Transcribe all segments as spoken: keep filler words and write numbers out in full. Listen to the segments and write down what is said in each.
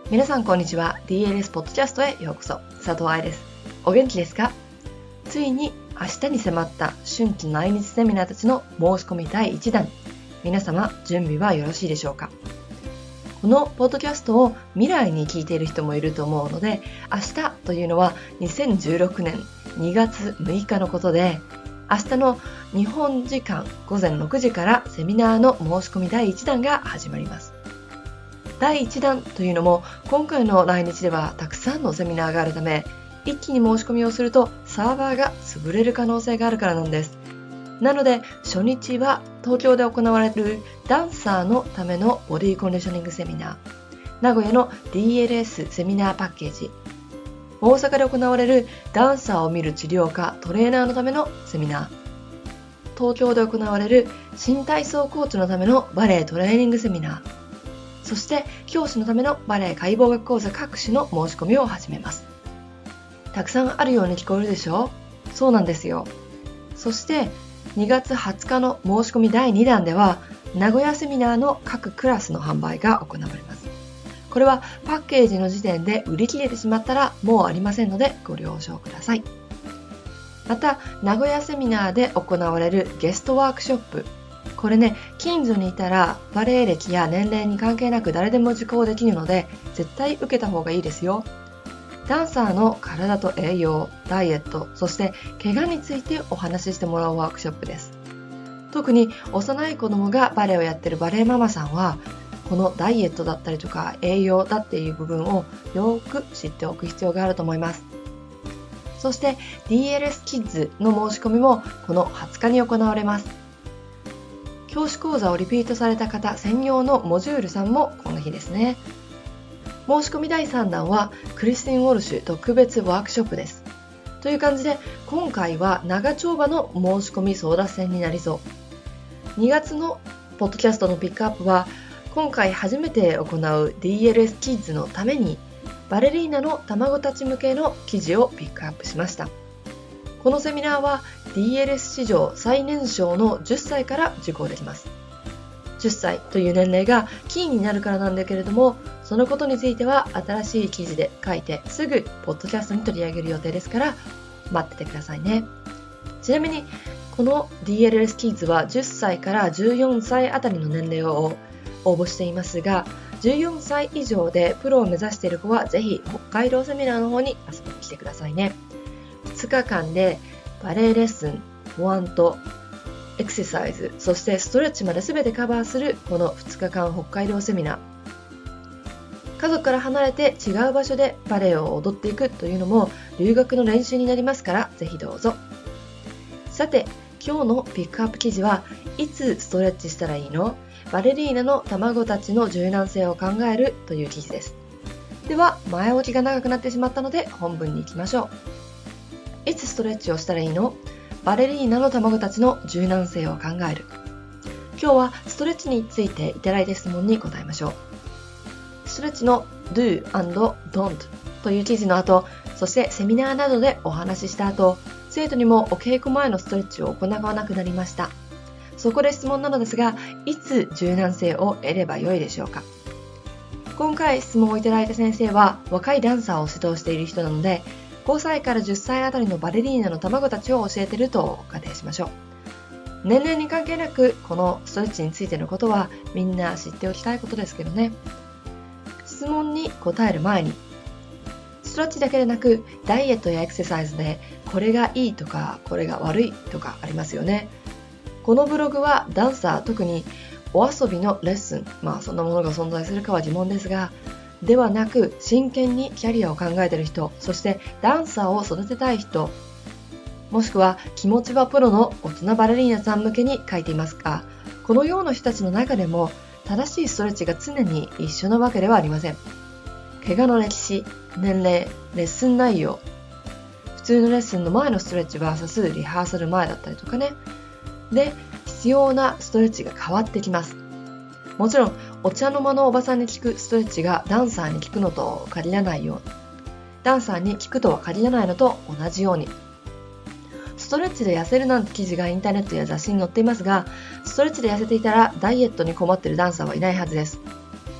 皆さんこんにちは。 ディーエルエス ポッドキャストへようこそ。佐藤愛です。お元気ですか？ついに明日に迫った春季来日セミナーたちの申し込みだいいちだん、皆様準備はよろしいでしょうか？このポッドキャストを未来に聞いている人もいると思うので、明日というのはにせんじゅうろくねんにがつむいかのことで、明日の日本時間ごぜんろくじからセミナーの申し込みだいいちだんが始まります。だいいちだんというのも、今回の来日ではたくさんのセミナーがあるため、一気に申し込みをするとサーバーが潰れる可能性があるからなんです。なので初日は東京で行われるダンサーのためのボディコンディショニングセミナー、名古屋の ディーエルエス セミナーパッケージ、大阪で行われるダンサーを見る治療家トレーナーのためのセミナー、東京で行われる新体操コーチのためのバレエトレーニングセミナー、そして教師のためのバレエ解剖学講座各種の申し込みを始めます。たくさんあるように聞こえるでしょう？そうなんですよ。そしてにがつはつかの申し込みだいにだんでは、名古屋セミナーの各クラスの販売が行われます。これはパッケージの時点で売り切れてしまったらもうありませんのでご了承ください。また名古屋セミナーで行われるゲストワークショップ、これね、近所にいたらバレエ歴や年齢に関係なく誰でも受講できるので、絶対受けた方がいいですよ。ダンサーの体と栄養、ダイエット、そして怪我についてお話ししてもらうワークショップです。特に幼い子供がバレエをやってるバレエママさんは、このダイエットだったりとか栄養だっていう部分をよく知っておく必要があると思います。そして ディーエルエス キッズの申し込みもこのはつかに行われます。教師講座をリピートされた方専用のモジュールさんもこの日ですね。申し込みだいさんだんはクリスティン・ウォルシュ特別ワークショップです。という感じで、今回は長丁場の申し込み争奪戦になりそう。にがつのポッドキャストのピックアップは、今回初めて行う ディーエルエス キッズのためにバレリーナの卵たち向けの記事をピックアップしました。このセミナーは ディーエルエス 史上最年少のじゅっさいから受講できます。じゅっさいという年齢がキーになるからなんだけれども、そのことについては新しい記事で書いてすぐポッドキャストに取り上げる予定ですから待っててくださいね。ちなみにこの ディーエルエス キッズはじゅっさいからじゅうよんさいあたりの年齢を応募していますが、じゅうよんさい以上でプロを目指している子はぜひ北海道セミナーの方に遊びに来てくださいね。ふつかかんでバレエレッスン、ポアント、エクササイズ、そしてストレッチまで全てカバーするこのふつかかん北海道セミナー。家族から離れて違う場所でバレエを踊っていくというのも留学の練習になりますから、ぜひどうぞ。さて、今日のピックアップ記事はいつストレッチしたらいいの？バレリーナの卵たちの柔軟性を考えるという記事です。では、前置きが長くなってしまったので本文に行きましょう。いつストレッチをしたらいいの？バレリーナの卵たちの柔軟性を考える。今日はストレッチについていただいた質問に答えましょう。ストレッチの Do and Don't という記事の後、そしてセミナーなどでお話しした後、生徒にもお稽古前のストレッチを行わなくなりました。そこで質問なのですが、いつ柔軟性を得ればよいでしょうか？今回質問をいただいた先生は若いダンサーを指導している人なので、ごさいからじゅっさいあたりのバレリーナの卵たちを教えていると仮定しましょう。年齢に関係なくこのストレッチについてのことはみんな知っておきたいことですけどね。質問に答える前に、ストレッチだけでなくダイエットやエクササイズでこれがいいとかこれが悪いとかありますよね。このブログはダンサー、特にお遊びのレッスン、まあそんなものが存在するかは疑問ですが、ではなく真剣にキャリアを考えている人、そしてダンサーを育てたい人、もしくは気持ちはプロの大人バレリーナさん向けに書いていますが、このような人たちの中でも正しいストレッチが常に一緒なわけではありません。怪我の歴史、年齢、レッスン内容、普通のレッスンの前のストレッチ ブイエス リハーサル前だったりとかね、で必要なストレッチが変わってきます。もちろんお茶の間のおばさんに効くストレッチがダンサーに効くのと限らないように、ダンサーに効くとは限らないのと同じように、ストレッチで痩せるなんて記事がインターネットや雑誌に載っていますが、ストレッチで痩せていたらダイエットに困っているダンサーはいないはずです。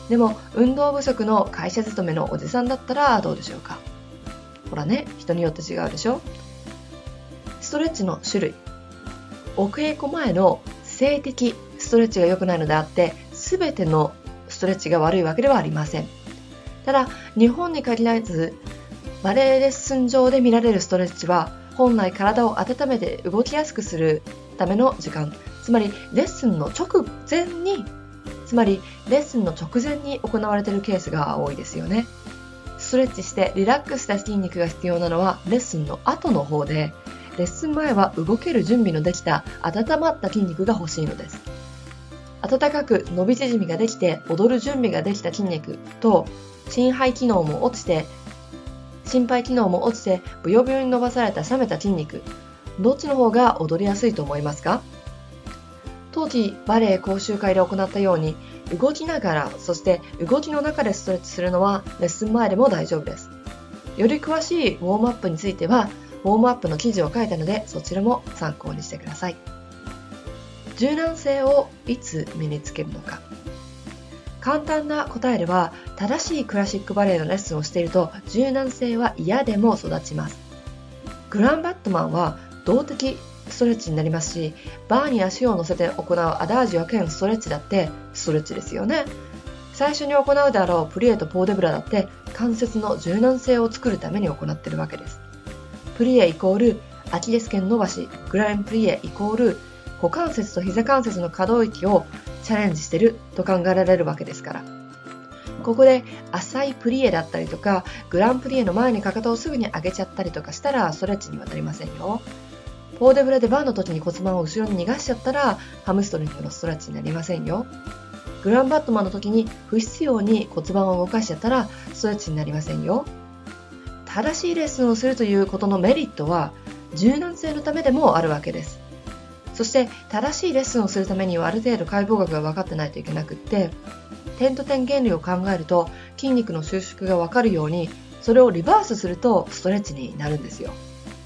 でも運動不足の会社勤めのおじさんだったらどうでしょうか。ほらね、人によって違うでしょ。ストレッチの種類。お稽古前の静的ストレッチが良くないのであって、すべてのストレッチが悪いわけではありません。ただ、日本に限らず、バレエレッスン上で見られるストレッチは、本来体を温めて動きやすくするための時間、つまりレッスンの直前に、つまりレッスンの直前に行われているケースが多いですよね。ストレッチしてリラックスした筋肉が必要なのはレッスンの後の方で、レッスン前は動ける準備のできた温まった筋肉が欲しいのです。温かく伸び縮みができて踊る準備ができた筋肉と、心肺機能も落ちて心肺機能も落ちてブヨブヨに伸ばされた冷めた筋肉、どっちの方が踊りやすいと思いますか？当時バレエ講習会で行ったように、動きながら、そして動きの中でストレッチするのはレッスン前でも大丈夫です。より詳しいウォームアップについてはウォームアップの記事を書いたので、そちらも参考にしてください。柔軟性をいつ身につけるのか。簡単な答えでは、正しいクラシックバレエのレッスンをしていると柔軟性は嫌でも育ちます。グラン・バットマンは動的ストレッチになりますし、バーに足を乗せて行うアダージオ兼ストレッチだってストレッチですよね。最初に行うであろうプリエとポーデブラだって関節の柔軟性を作るために行っているわけです。プリエイコールアキレス腱伸ばし、グランプリエイコール股関節と膝関節の可動域をチャレンジしていると考えられるわけですから。ここで浅いプリエだったりとか、グランプリエの前にかかとをすぐに上げちゃったりとかしたらストレッチにはなりませんよ。ポーデブラでバーの時に骨盤を後ろに逃がしちゃったらハムストリングのストレッチになりませんよ。グランバットマンの時に不必要に骨盤を動かしちゃったらストレッチになりませんよ。正しいレッスンをするということのメリットは柔軟性のためでもあるわけです。そして正しいレッスンをするためにはある程度解剖学が分かってないといけなくって、点と点原理を考えると筋肉の収縮が分かるように、それをリバースするとストレッチになるんですよ。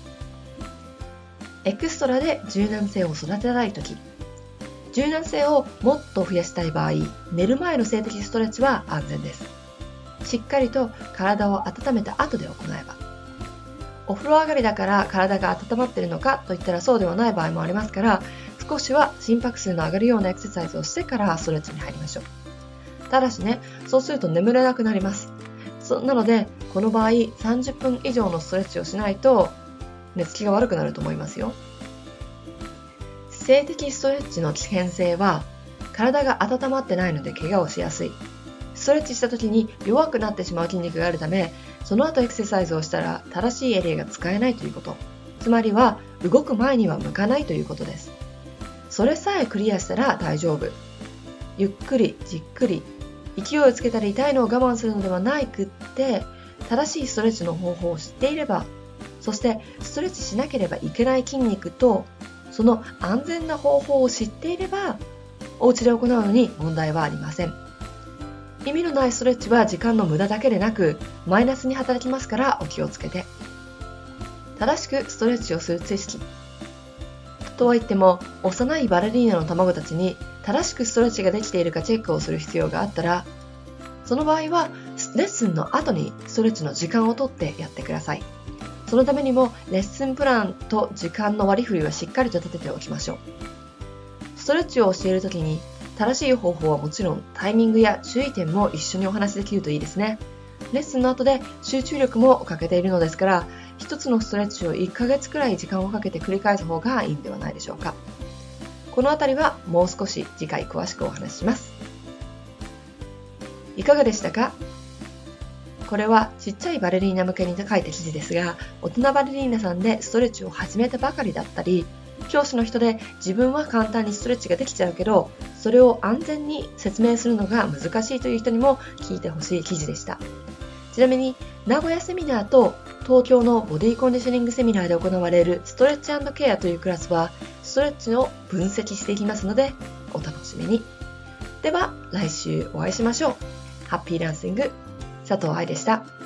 エクストラで柔軟性を育てたいとき、柔軟性をもっと増やしたい場合、寝る前の静的ストレッチは安全です。しっかりと体を温めた後で行えば。お風呂上がりだから体が温まっているのかといったらそうではない場合もありますから、少しは心拍数の上がるようなエクササイズをしてからストレッチに入りましょう。ただしね、そうすると眠れなくなります。そなので、この場合さんじゅっぷん以上のストレッチをしないと寝つきが悪くなると思いますよ。静的ストレッチの危険性は、体が温まってないので怪我をしやすい。ストレッチした時に弱くなってしまう筋肉があるため、その後エクササイズをしたら正しいエリアが使えないということ。つまりは動く前には向かないということです。それさえクリアしたら大丈夫。ゆっくりじっくり勢いをつけたり痛いのを我慢するのではないくって、正しいストレッチの方法を知っていれば、そしてストレッチしなければいけない筋肉とその安全な方法を知っていれば、お家で行うのに問題はありません。意味のないストレッチは時間の無駄だけでなくマイナスに働きますから、お気をつけて。正しくストレッチをする知識とは言っても、幼いバレリーナの卵たちに正しくストレッチができているかチェックをする必要があったら、その場合はレッスンの後にストレッチの時間をとってやってください。そのためにもレッスンプランと時間の割り振りはしっかりと立てておきましょう。ストレッチを教えるときに正しい方法はもちろん、タイミングや注意点も一緒にお話しできるといいですね。レッスンの後で集中力も欠けているのですから、一つのストレッチをいっかげつくらい時間をかけて繰り返す方がいいんではないでしょうか。このあたりはもう少し次回詳しくお話しします。いかがでしたか？これはちっちゃいバレリーナ向けに書いた記事ですが、大人バレリーナさんでストレッチを始めたばかりだったり、教師の人で自分は簡単にストレッチができちゃうけど、それを安全に説明するのが難しいという人にも聞いてほしい記事でした。ちなみに名古屋セミナーと東京のボディコンディショニングセミナーで行われるストレッチ&ケアというクラスはストレッチを分析していきますので、お楽しみに。では来週お会いしましょう。ハッピーランシング、佐藤愛でした。